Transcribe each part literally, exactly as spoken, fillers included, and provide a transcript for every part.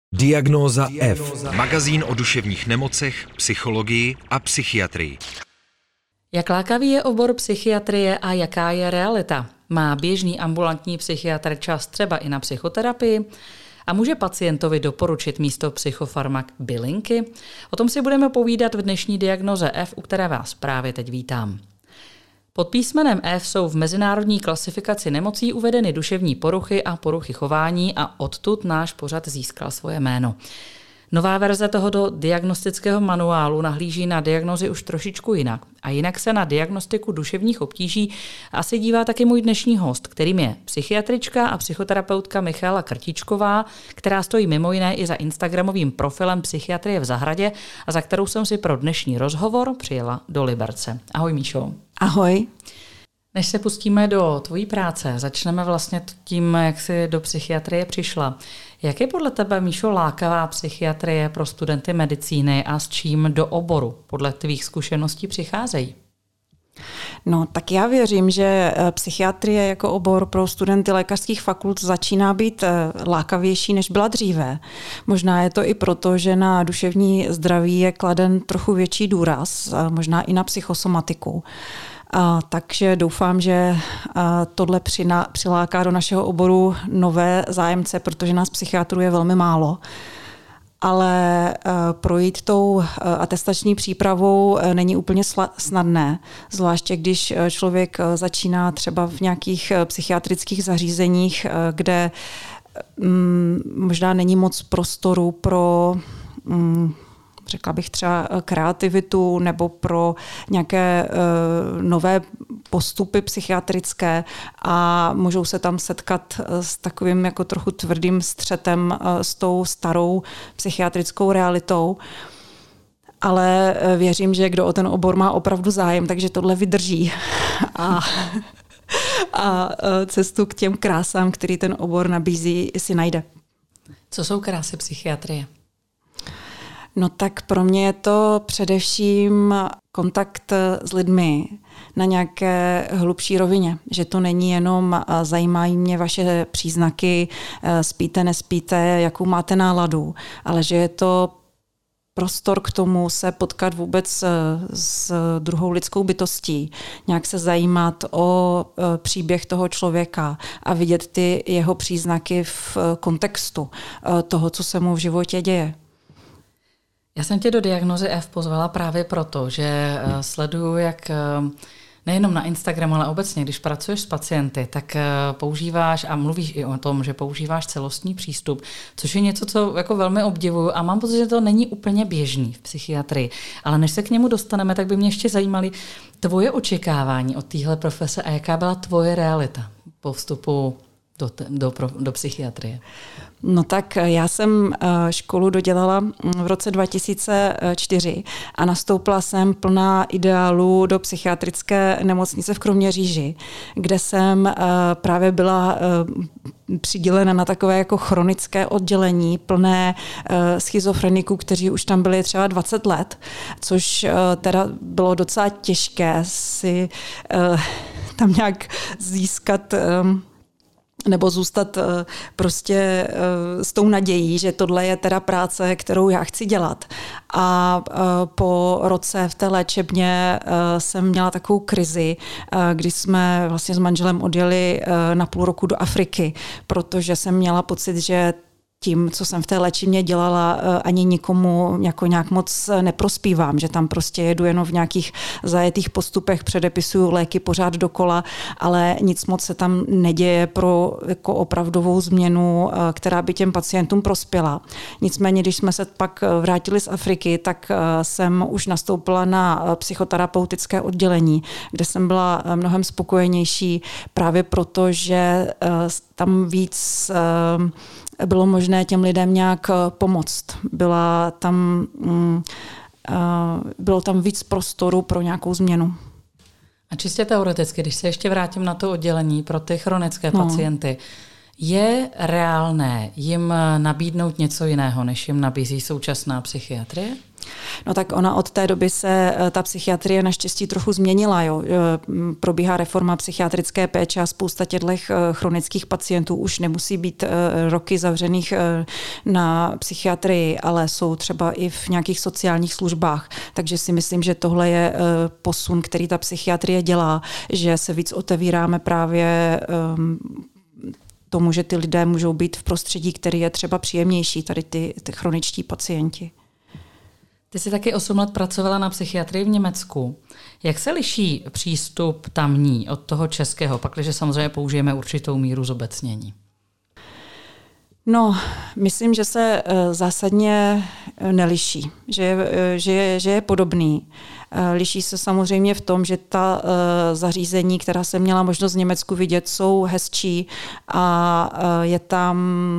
Diagnóza F. Magazín o duševních nemocech, psychologii a psychiatrii. Jak lákavý je obor psychiatrie a jaká je realita? Má běžný ambulantní psychiatr čas třeba i na psychoterapii? A může pacientovi doporučit místo psychofarmak bylinky? O tom si budeme povídat v dnešní Diagnoze F, u které vás právě teď vítám. Pod písmenem F jsou v mezinárodní klasifikaci nemocí uvedeny duševní poruchy a poruchy chování a odtud náš pořad získal svoje jméno. Nová verze tohoto diagnostického manuálu nahlíží na diagnozy už trošičku jinak. A jinak se na diagnostiku duševních obtíží asi dívá taky můj dnešní host, kterým je psychiatrička a psychoterapeutka Michaela Krtičková, která stojí mimo jiné i za instagramovým profilem Psychiatrie v zahradě a za kterou jsem si pro dnešní rozhovor přijela do Liberce. Ahoj, Míšo. Ahoj. Než se pustíme do tvojí práce, začneme vlastně tím, jak jsi do psychiatrie přišla. Jak je podle tebe, Míšo, lákavá psychiatrie pro studenty medicíny a s čím do oboru podle tvých zkušeností přicházejí? No, tak já věřím, že psychiatrie jako obor pro studenty lékařských fakult začíná být lákavější, než byla dříve. Možná je to i proto, že na duševní zdraví je kladen trochu větší důraz, možná i na psychosomatiku. A, takže doufám, že a, tohle přina, přiláká do našeho oboru nové zájemce, protože nás psychiatrů je velmi málo. Ale a, projít tou a, atestační přípravou a, není úplně sla, snadné, zvláště když a, člověk a, začíná třeba v nějakých a, psychiatrických zařízeních, a, kde m, možná není moc prostoru pro m, řekla bych třeba kreativitu nebo pro nějaké uh, nové postupy psychiatrické a můžou se tam setkat s takovým jako trochu tvrdým střetem uh, s tou starou psychiatrickou realitou. Ale uh, věřím, že kdo o ten obor má opravdu zájem, takže tohle vydrží a, a uh, cestu k těm krásám, který ten obor nabízí, si najde. Co jsou krásy psychiatrie? No tak pro mě je to především kontakt s lidmi na nějaké hlubší rovině. Že to není jenom zajímají mě vaše příznaky, spíte, nespíte, jakou máte náladu, ale že je to prostor k tomu se potkat vůbec s druhou lidskou bytostí, nějak se zajímat o příběh toho člověka a vidět ty jeho příznaky v kontextu toho, co se mu v životě děje. Já jsem tě do Diagnozy F pozvala právě proto, že sleduju, jak nejenom na Instagramu, ale obecně, když pracuješ s pacienty, tak používáš a mluvíš i o tom, že používáš celostní přístup, což je něco, co jako velmi obdivuju a mám pocit, že to není úplně běžný v psychiatrii. Ale než se k němu dostaneme, tak by mě ještě zajímaly tvoje očekávání od téhle profese a jaká byla tvoje realita po vstupu do, do, do psychiatrie. No tak já jsem školu dodělala v roce dva tisíce čtyři a nastoupila jsem plná ideálů do psychiatrické nemocnice v Kroměříži, kde jsem právě byla přidělena na takové jako chronické oddělení plné schizofreniků, kteří už tam byli třeba dvacet let, což teda bylo docela těžké si tam nějak získat nebo zůstat prostě s tou nadějí, že tohle je teda práce, kterou já chci dělat. A po roce v té léčebně jsem měla takovou krizi, kdy jsme vlastně s manželem odjeli na půl roku do Afriky, protože jsem měla pocit, že tím, co jsem v té léčivně dělala, ani nikomu jako nějak moc neprospívám, že tam prostě jedu jenom v nějakých zajetých postupech, předepisuju léky pořád dokola, ale nic moc se tam neděje pro jako opravdovou změnu, která by těm pacientům prospěla. Nicméně, když jsme se pak vrátili z Afriky, tak jsem už nastoupila na psychoterapeutické oddělení, kde jsem byla mnohem spokojenější právě proto, že tam víc bylo možné těm lidem nějak pomoct. Byla tam, bylo tam víc prostoru pro nějakou změnu. A čistě teoreticky, když se ještě vrátím na to oddělení pro ty chronické no. pacienty, je reálné jim nabídnout něco jiného, než jim nabízí současná psychiatrie? No tak ona od té doby se ta psychiatrie naštěstí trochu změnila. Jo. Probíhá reforma psychiatrické péče a spousta těchto chronických pacientů už nemusí být roky zavřených na psychiatrii, ale jsou třeba i v nějakých sociálních službách. Takže si myslím, že tohle je posun, který ta psychiatrie dělá, že se víc otevíráme právě tomu, že ty lidé můžou být v prostředí, který je třeba příjemnější, tady ty, ty chroničtí pacienti. Ty jsi taky osm let pracovala na psychiatrii v Německu. Jak se liší přístup tamní od toho českého, pakliže samozřejmě použijeme určitou míru zobecnění? No, myslím, že se zásadně neliší, že je, že je, že je podobný. Liší se samozřejmě v tom, že ta zařízení, která jsem měla možnost v Německu vidět, jsou hezčí a je tam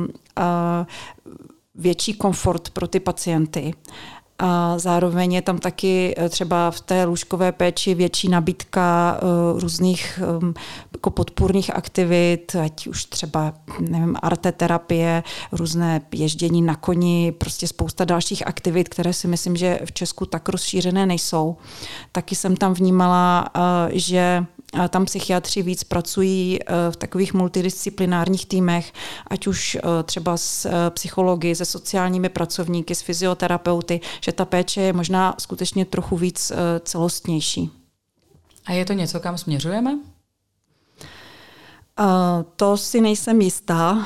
větší komfort pro ty pacienty. A zároveň je tam taky třeba v té lůžkové péči větší nabídka uh, různých um, jako podpůrných aktivit, ať už třeba nevím, arteterapie, různé ježdění na koni, prostě spousta dalších aktivit, které si myslím, že v Česku tak rozšířené nejsou. Taky jsem tam vnímala, uh, že tam psychiatři víc pracují v takových multidisciplinárních týmech, ať už třeba s psychologi, se sociálními pracovníky, s fyzioterapeuty, že ta péče je možná skutečně trochu víc celostnější. A je to něco, kam směřujeme? Uh, to si nejsem jistá.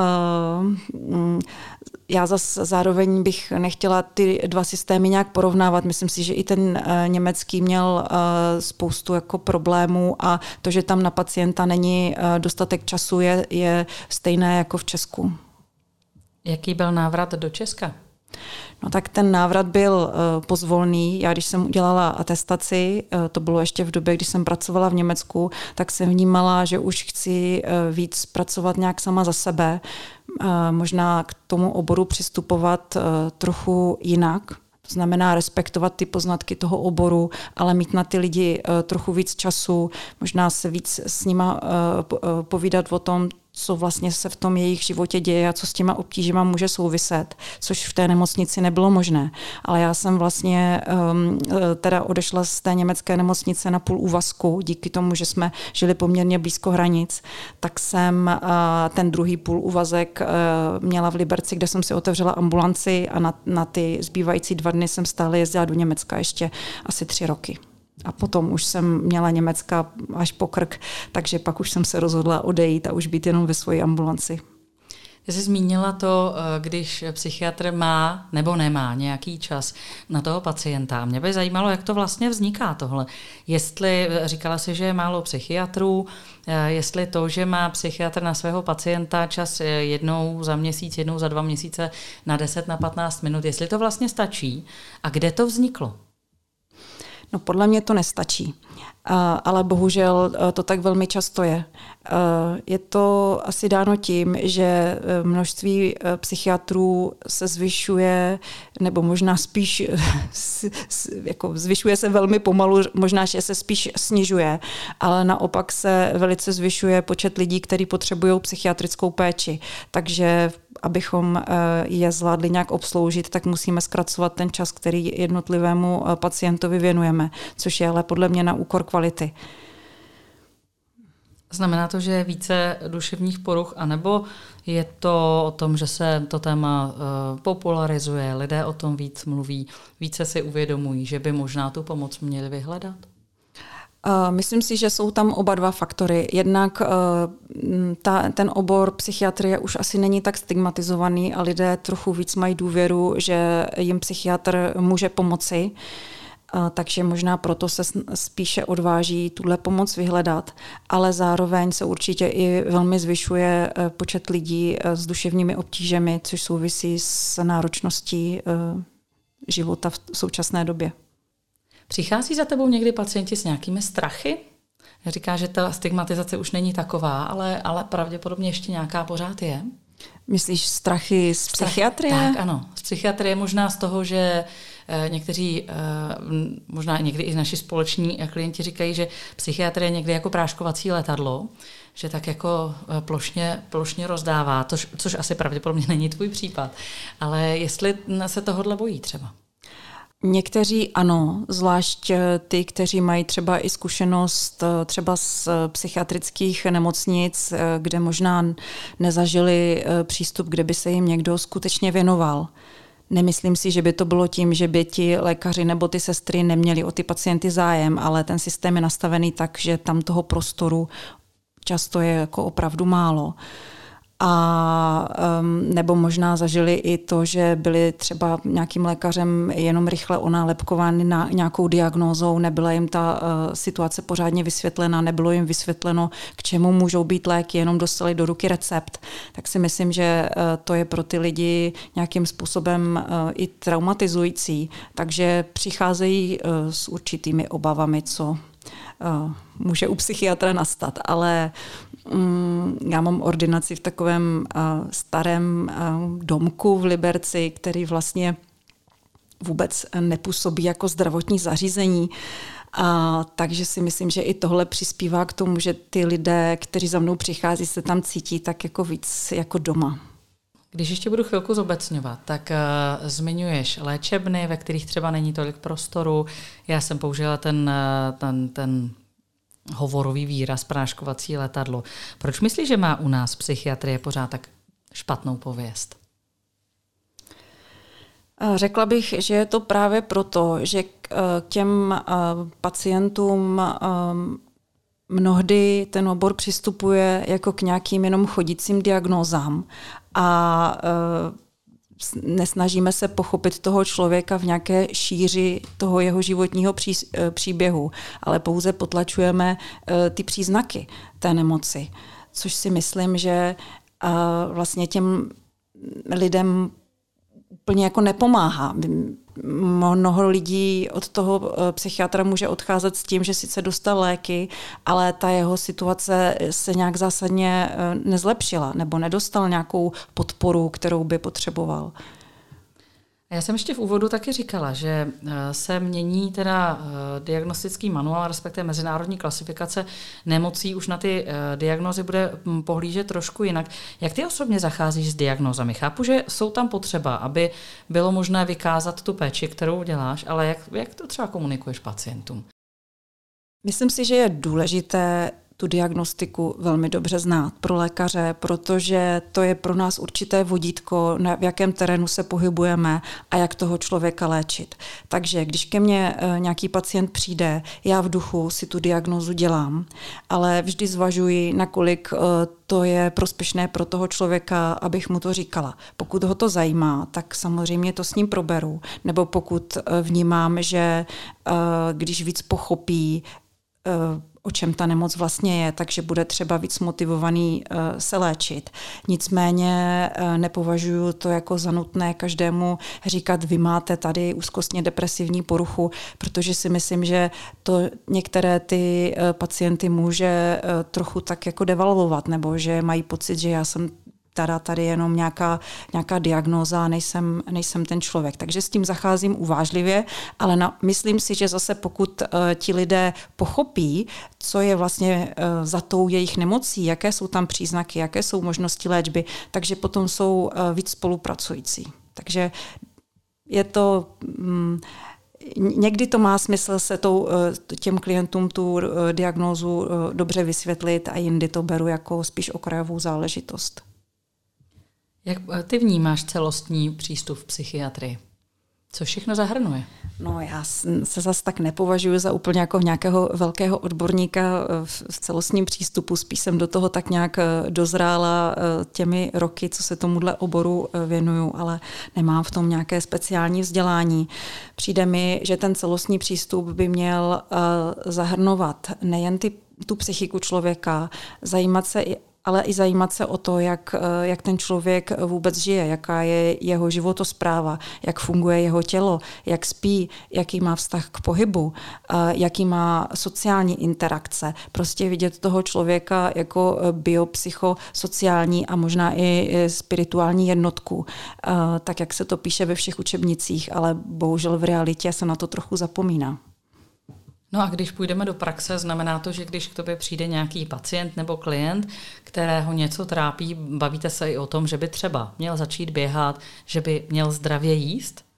Uh, Já zase zároveň bych nechtěla ty dva systémy nějak porovnávat. Myslím si, že i ten uh, německý měl uh, spoustu jako problémů a to, že tam na pacienta není uh, dostatek času, je, je stejné jako v Česku. Jaký byl návrat do Česka? No tak ten návrat byl uh, pozvolný. Já když jsem udělala atestaci, uh, to bylo ještě v době, kdy jsem pracovala v Německu, tak jsem vnímala, že už chci uh, víc pracovat nějak sama za sebe. Uh, možná k tomu oboru přistupovat uh, trochu jinak. To znamená respektovat ty poznatky toho oboru, ale mít na ty lidi uh, trochu víc času, možná se víc s nima uh, povídat o tom, co vlastně se v tom jejich životě děje a co s těma obtížima může souviset, což v té nemocnici nebylo možné. Ale já jsem vlastně um, teda odešla z té německé nemocnice na půl úvazku, díky tomu, že jsme žili poměrně blízko hranic, tak jsem uh, ten druhý půl úvazek uh, měla v Liberci, kde jsem si otevřela ambulanci a na, na ty zbývající dva dny jsem stále jezdila do Německa ještě asi tři roky. A potom už jsem měla Německa až po krk, takže pak už jsem se rozhodla odejít a už být jenom ve své ambulanci. Ty jsi zmínila to, když psychiatr má nebo nemá nějaký čas na toho pacienta. Mě by zajímalo, jak to vlastně vzniká tohle. Jestli, říkala jsi, že je málo psychiatrů, jestli to, že má psychiatr na svého pacienta čas jednou za měsíc, jednou za dva měsíce na deset, na patnáct minut, jestli to vlastně stačí a kde to vzniklo? No podle mě to nestačí, ale bohužel to tak velmi často je. Je to asi dáno tím, že množství psychiatrů se zvyšuje, nebo možná spíš jako zvyšuje se velmi pomalu, možná, že se spíš snižuje, ale naopak se velice zvyšuje počet lidí, kteří potřebují psychiatrickou péči. Takže abychom je zvládli nějak obsloužit, tak musíme zkracovat ten čas, který jednotlivému pacientovi věnujeme, což je ale podle mě na úkor kvality. Znamená to, že je více duševních poruch, anebo je to o tom, že se to téma uh, popularizuje, lidé o tom víc mluví, více si uvědomují, že by možná tu pomoc měli vyhledat? Myslím si, že jsou tam oba dva faktory. Jednak ta, ten obor psychiatrie už asi není tak stigmatizovaný a lidé trochu víc mají důvěru, že jim psychiatr může pomoci. Takže možná proto se spíše odváží tuhle pomoc vyhledat, ale zároveň se určitě i velmi zvyšuje počet lidí s duševními obtížemi, což souvisí s náročností života v současné době. Přichází za tebou někdy pacienti s nějakými strachy? Říká, že ta stigmatizace už není taková, ale, ale pravděpodobně ještě nějaká pořád je. Myslíš strachy z psychiatrie? Tak, ano. Z psychiatrie možná z toho, že eh, někteří, eh, možná někdy i naši společní klienti říkají, že psychiatrie je někdy jako práškovací letadlo, že tak jako plošně, plošně rozdává, což, což asi pravděpodobně není tvůj případ. Ale jestli se tohodle bojí třeba? Někteří ano, zvlášť ty, kteří mají třeba i zkušenost třeba z psychiatrických nemocnic, kde možná nezažili přístup, kde by se jim někdo skutečně věnoval. Nemyslím si, že by to bylo tím, že by ti lékaři nebo ty sestry neměli o ty pacienty zájem, ale ten systém je nastavený tak, že tam toho prostoru často je jako opravdu málo. A um, nebo možná zažili i to, že byli třeba nějakým lékařem jenom rychle onálepkovány na nějakou diagnózou, nebyla jim ta uh, situace pořádně vysvětlena, nebylo jim vysvětleno, k čemu můžou být léky, jenom dostali do ruky recept. Tak si myslím, že uh, to je pro ty lidi nějakým způsobem uh, i traumatizující, takže přicházejí uh, s určitými obavami, co uh, může u psychiatra nastat, ale um, já mám ordinaci v takovém uh, starém uh, domku v Liberci, který vlastně vůbec nepůsobí jako zdravotní zařízení. A takže si myslím, že i tohle přispívá k tomu, že ty lidé, kteří za mnou přichází, se tam cítí tak jako víc jako doma. Když ještě budu chvilku zobecňovat, tak uh, zmiňuješ léčebny, ve kterých třeba není tolik prostoru. Já jsem použila ten, uh, ten, ten hovorový výraz práškovací letadlo. Proč myslíš, že má u nás psychiatrie pořád tak špatnou pověst? Řekla bych, že je to právě proto, že k těm pacientům mnohdy ten obor přistupuje jako k nějakým jenom chodícím diagnózám a nesnažíme se pochopit toho člověka v nějaké šíři toho jeho životního pří, příběhu, ale pouze potlačujeme ty příznaky té nemoci, což si myslím, že vlastně těm lidem úplně jako nepomáhá. Mnoho lidí od toho psychiatra může odcházet s tím, že sice dostal léky, ale ta jeho situace se nějak zásadně nezlepšila nebo nedostal nějakou podporu, kterou by potřeboval. Já jsem ještě v úvodu taky říkala, že se mění teda diagnostický manuál, respektive mezinárodní klasifikace nemocí, už na ty diagnózy bude pohlížet trošku jinak. Jak ty osobně zacházíš s diagnózami? Chápu, že jsou tam potřeba, aby bylo možné vykázat tu péči, kterou děláš, ale jak, jak to třeba komunikuješ pacientům? Myslím si, že je důležité tu diagnostiku velmi dobře znát pro lékaře, protože to je pro nás určité vodítko, v jakém terénu se pohybujeme a jak toho člověka léčit. Takže když ke mně nějaký pacient přijde, já v duchu si tu diagnózu dělám, ale vždy zvažuji, nakolik to je prospěšné pro toho člověka, abych mu to říkala. Pokud ho to zajímá, tak samozřejmě to s ním proberu. Nebo pokud vnímám, že když víc pochopí, o čem ta nemoc vlastně je, takže bude třeba víc motivovaný uh, se léčit. Nicméně uh, nepovažuji to jako za nutné každému říkat, vy máte tady úzkostně depresivní poruchu, protože si myslím, že to některé ty uh, pacienty může uh, trochu tak jako devalvovat, nebo že mají pocit, že já jsem teda tady jenom nějaká, nějaká diagnóza, nejsem, nejsem ten člověk. Takže s tím zacházím uvážlivě, ale na, myslím si, že zase pokud uh, ti lidé pochopí, co je vlastně uh, za tou jejich nemocí, jaké jsou tam příznaky, jaké jsou možnosti léčby, takže potom jsou uh, víc spolupracující. Takže je to... Um, Někdy to má smysl se tou, těm klientům tu diagnózu dobře vysvětlit a jindy to beru jako spíš okrajovou záležitost. Jak ty vnímáš celostní přístup v psychiatrii? Co všechno zahrnuje? No, já se zase tak nepovažuji za úplně jako nějakého velkého odborníka v celostním přístupu. Spíš jsem do toho tak nějak dozrála těmi roky, co se tomuhle oboru věnuju, ale nemám v tom nějaké speciální vzdělání. Přijde mi, že ten celostní přístup by měl zahrnovat nejen ty, tu psychiku člověka, zajímat se i ale i zajímat se o to, jak, jak ten člověk vůbec žije, jaká je jeho životospráva, jak funguje jeho tělo, jak spí, jaký má vztah k pohybu, jaký má sociální interakce. Prostě vidět toho člověka jako biopsychosociální a možná i spirituální jednotku, tak jak se to píše ve všech učebnicích, ale bohužel v realitě se na to trochu zapomíná. No a když půjdeme do praxe, znamená to, že když k tobě přijde nějaký pacient nebo klient, kterého něco trápí, bavíte se i o tom, že by třeba měl začít běhat, že by měl zdravě jíst?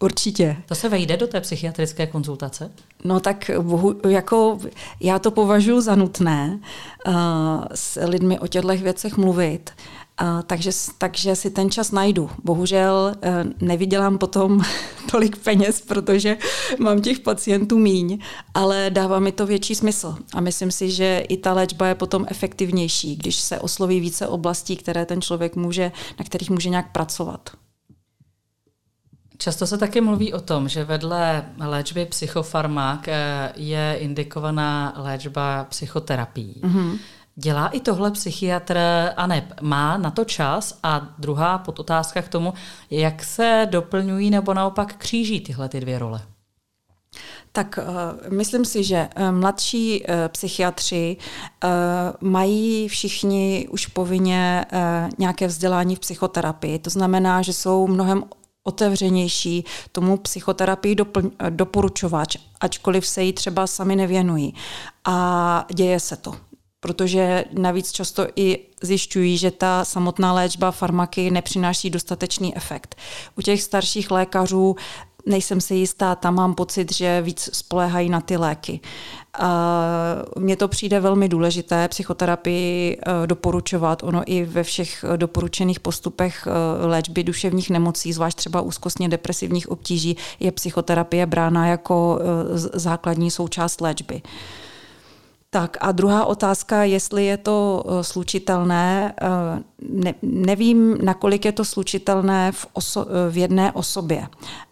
Určitě. To se vejde do té psychiatrické konzultace? No tak bohu, jako já to považuji za nutné uh, s lidmi o těchto věcech mluvit, uh, takže, takže si ten čas najdu. Bohužel uh, nevydělám potom tolik peněz, protože mám těch pacientů míň, ale dává mi to větší smysl. A myslím si, že i ta léčba je potom efektivnější, když se osloví více oblastí, které ten člověk může, na kterých může nějak pracovat. Často se taky mluví o tom, že vedle léčby psychofarmak je indikovaná léčba psychoterapií. Mm-hmm. Dělá i tohle psychiatr, a ne, má na to čas? A druhá podotázka k tomu, jak se doplňují nebo naopak kříží tyhle ty dvě role? Tak uh, myslím si, že uh, mladší uh, psychiatři uh, mají všichni už povinně uh, nějaké vzdělání v psychoterapii. To znamená, že jsou mnohem otevřenější tomu psychoterapii dopl- doporučovat, ačkoliv se jí třeba sami nevěnují. A děje se to. Protože navíc často i zjišťují, že ta samotná léčba farmaky nepřináší dostatečný efekt. U těch starších lékařů nejsem si jistá, tam mám pocit, že víc spoléhají na ty léky. Mně to přijde velmi důležité psychoterapii doporučovat. Ono i ve všech doporučených postupech léčby duševních nemocí, zvlášť třeba úzkostně depresivních obtíží, je psychoterapie brána jako základní součást léčby. Tak a druhá otázka, jestli je to slučitelné, ne, nevím, nakolik je to slučitelné v, oso, v jedné osobě.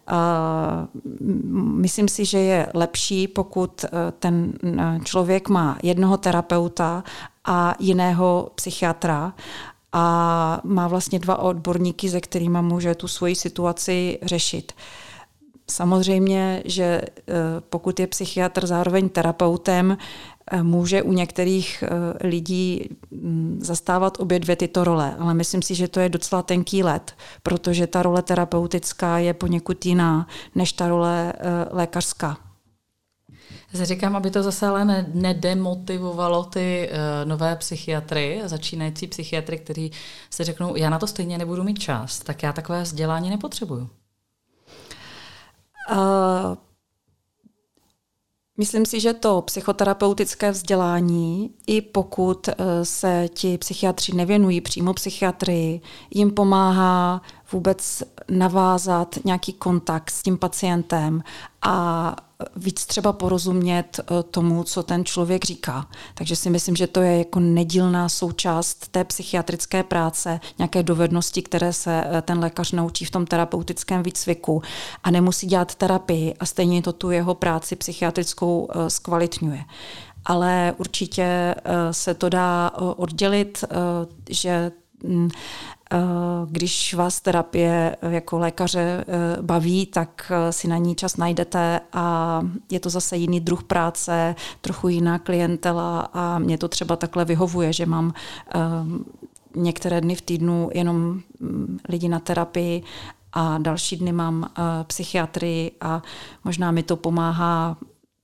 Myslím si, že je lepší, pokud ten člověk má jednoho terapeuta a jiného psychiatra a má vlastně dva odborníky, se kterými může tu svoji situaci řešit. Samozřejmě, že pokud je psychiatr zároveň terapeutem, může u některých lidí zastávat obě dvě tyto role, ale myslím si, že to je docela tenký led, protože ta role terapeutická je poněkud jiná než ta role lékařská. Já říkám, aby to zase ale nedemotivovalo ty uh, nové psychiatry, začínající psychiatry, kteří se řeknou, já na to stejně nebudu mít čas, tak já takové vzdělání nepotřebuju. Uh, myslím si, že to psychoterapeutické vzdělání, i pokud uh, se ti psychiatři nevěnují přímo psychiatrii, jim pomáhá vůbec navázat nějaký kontakt s tím pacientem a víc třeba porozumět tomu, co ten člověk říká. Takže si myslím, že to je jako nedílná součást té psychiatrické práce, nějaké dovednosti, které se ten lékař naučí v tom terapeutickém výcviku a nemusí dělat terapii a stejně to tu jeho práci psychiatrickou zkvalitňuje. Ale určitě se to dá oddělit, že když vás terapie jako lékaře baví, tak si na ní čas najdete a je to zase jiný druh práce, trochu jiná klientela a mě to třeba takhle vyhovuje, že mám některé dny v týdnu jenom lidi na terapii a další dny mám psychiatrii a možná mi to pomáhá,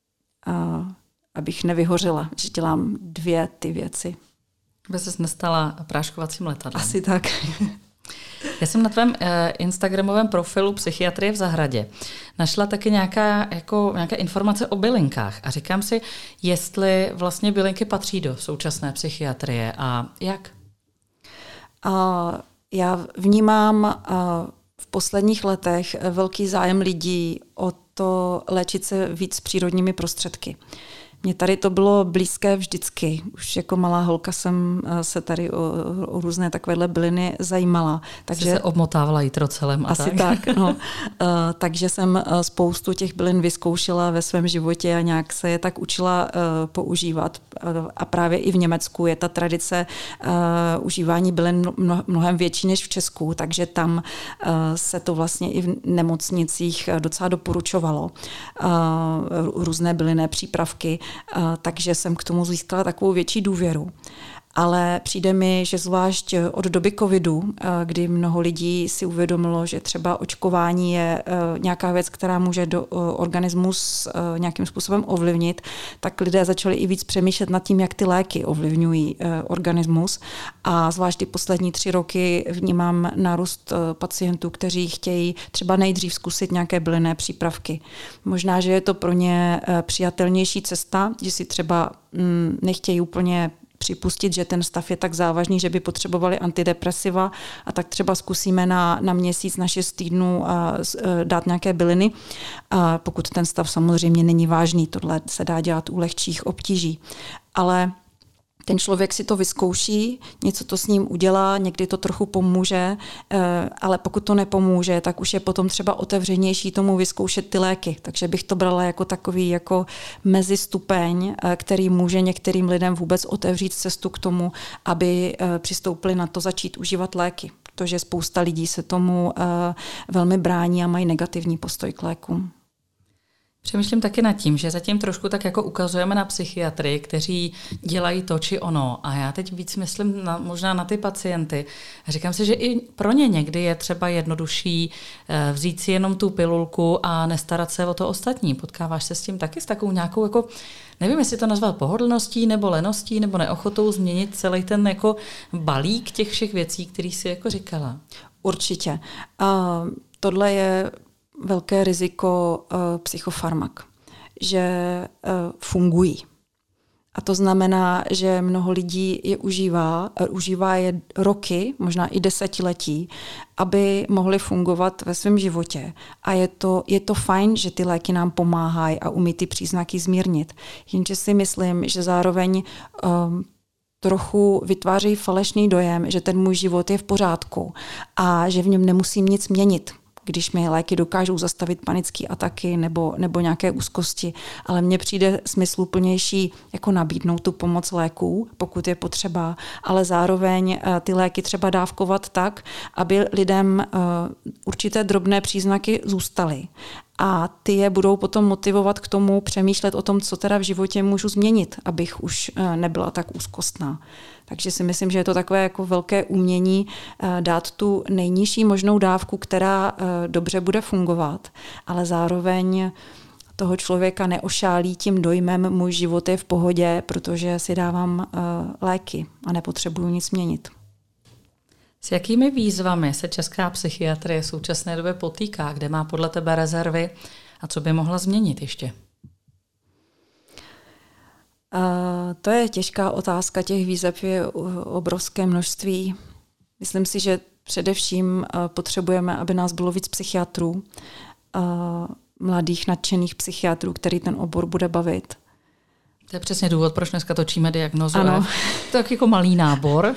abych nevyhořela, že dělám dvě ty věci. By ses nestala práškovacím letadlem. Asi tak. Já jsem na tvém eh, instagramovém profilu Psychiatrie v zahradě našla taky nějaká, jako, nějaké informace o bylinkách a říkám si, jestli vlastně bylinky patří do současné psychiatrie a jak? Uh, já vnímám uh, v posledních letech velký zájem lidí o to léčit se víc přírodními prostředky. Mně tady to bylo blízké vždycky. Už jako malá holka jsem se tady o, o různé takovéhle byliny zajímala. Takže jsi se obmotávala jitrocelem a asi tak. tak, no. uh, takže jsem spoustu těch bylin vyzkoušela ve svém životě a nějak se je tak učila uh, používat. Uh, a právě i v Německu je ta tradice uh, užívání bylin mno, mnohem větší než v Česku, takže tam uh, se to vlastně i v nemocnicích docela doporučovalo. Uh, různé bylinné přípravky. Uh, takže jsem k tomu získala takovou větší důvěru. ale přijde mi, že zvlášť od doby covidu, kdy mnoho lidí si uvědomilo, že třeba očkování je nějaká věc, která může do organismus nějakým způsobem ovlivnit, tak lidé začali i víc přemýšlet nad tím, jak ty léky ovlivňují organismus. A zvlášť ty poslední tři roky vnímám nárůst pacientů, kteří chtějí třeba nejdřív zkusit nějaké bylinné přípravky. Možná, že je to pro ně přijatelnější cesta, že si třeba nechtějí úplně připustit, že ten stav je tak závažný, že by potřebovali antidepresiva a tak třeba zkusíme na, na měsíc, na šest týdnů a, a dát nějaké byliny, a pokud ten stav samozřejmě není vážný. Tohle se dá dělat u lehčích obtíží. Ale ten člověk si to vyzkouší, něco to s ním udělá, někdy to trochu pomůže, ale pokud to nepomůže, tak už je potom třeba otevřenější tomu vyzkoušet ty léky. Takže bych to brala jako takový jako mezistupeň, který může některým lidem vůbec otevřít cestu k tomu, aby přistoupili na to začít užívat léky. Protože spousta lidí se tomu velmi brání a mají negativní postoj k lékům. Přemýšlím taky nad tím, že zatím trošku tak jako ukazujeme na psychiatry, kteří dělají to či ono. A já teď víc myslím na, možná na ty pacienty. Říkám si, že i pro ně někdy je třeba jednodušší vzít si jenom tu pilulku a nestarat se o to ostatní. Potkáváš se s tím taky, s takovou nějakou, jako, nevím, jestli to nazvat pohodlností nebo leností nebo neochotou změnit celý ten jako balík těch všech věcí, který jsi jako říkala. Určitě. Uh, tohle je velké riziko uh, psychofarmak, že uh, fungují. A to znamená, že mnoho lidí je užívá, uh, užívá je roky, možná i desetiletí, aby mohli fungovat ve svém životě. A je to, je to fajn, že ty léky nám pomáhají a umí ty příznaky zmírnit. Jenže si myslím, že zároveň um, trochu vytváří falešný dojem, že ten můj život je v pořádku a že v něm nemusím nic měnit, když mi léky dokážou zastavit panické ataky nebo, nebo nějaké úzkosti. Ale mně přijde smysluplnější jako nabídnout tu pomoc léků, pokud je potřeba, ale zároveň ty léky třeba dávkovat tak, aby lidem určité drobné příznaky zůstaly. A ty je budou potom motivovat k tomu přemýšlet o tom, co teda v životě můžu změnit, abych už nebyla tak úzkostná. Takže si myslím, že je to takové jako velké umění dát tu nejnižší možnou dávku, která dobře bude fungovat, ale zároveň toho člověka neošálí tím dojmem můj život je v pohodě, protože si dávám léky a nepotřebuju nic měnit. S jakými výzvami se česká psychiatrie v současné době potýká? Kde má podle tebe rezervy a co by mohla změnit ještě? Uh, to je těžká otázka, těch výzev je obrovské množství. Myslím si, že především uh, potřebujeme, aby nás bylo víc psychiatrů, uh, mladých nadšených psychiatrů, který ten obor bude bavit. To je přesně důvod, proč dneska točíme Diagnózu Ano. F. To je tak jako malý nábor.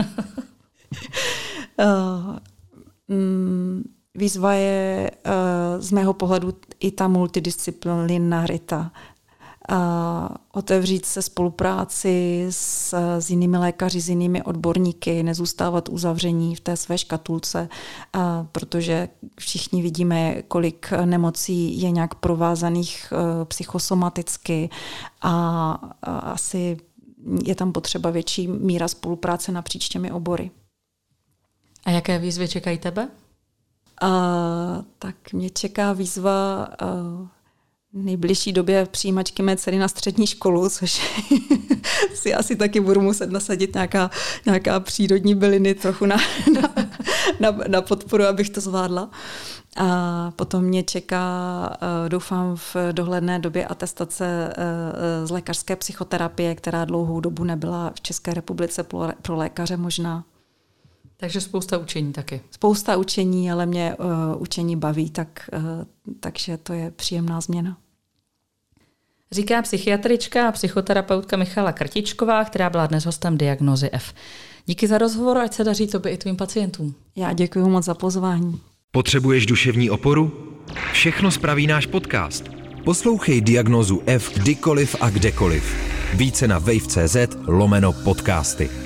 uh, mm, výzva je uh, z mého pohledu i ta multidisciplinarita. A otevřít se spolupráci s, s jinými lékaři, s jinými odborníky, nezůstávat uzavření v té své škatulce, a protože všichni vidíme, kolik nemocí je nějak provázaných uh, psychosomaticky a, a asi je tam potřeba větší míra spolupráce napříč těmi obory. A jaké výzvy čekají tebe? A, tak mě čeká výzva uh, v nejbližší době přijímačky mé dcery na střední školu, což si asi taky budu muset nasadit nějaká, nějaká přírodní byliny trochu na, na, na, na podporu, abych to zvládla. A potom mě čeká, doufám, v dohledné době atestace z lékařské psychoterapie, která dlouhou dobu nebyla v České republice pro lékaře možná. Takže spousta učení taky. Spousta učení, ale mě uh, učení baví, tak, uh, takže to je příjemná změna. Říká psychiatrička a psychoterapeutka Michala Krtičková, která byla dnes hostem Diagnózy F. Díky za rozhovor, ať se daří tobě i tvým pacientům. Já děkuji moc za pozvání. Potřebuješ duševní oporu? Všechno spraví náš podcast. Poslouchej Diagnózu F kdykoliv a kdekoliv. Více na wave tečka cz lomeno podcasty.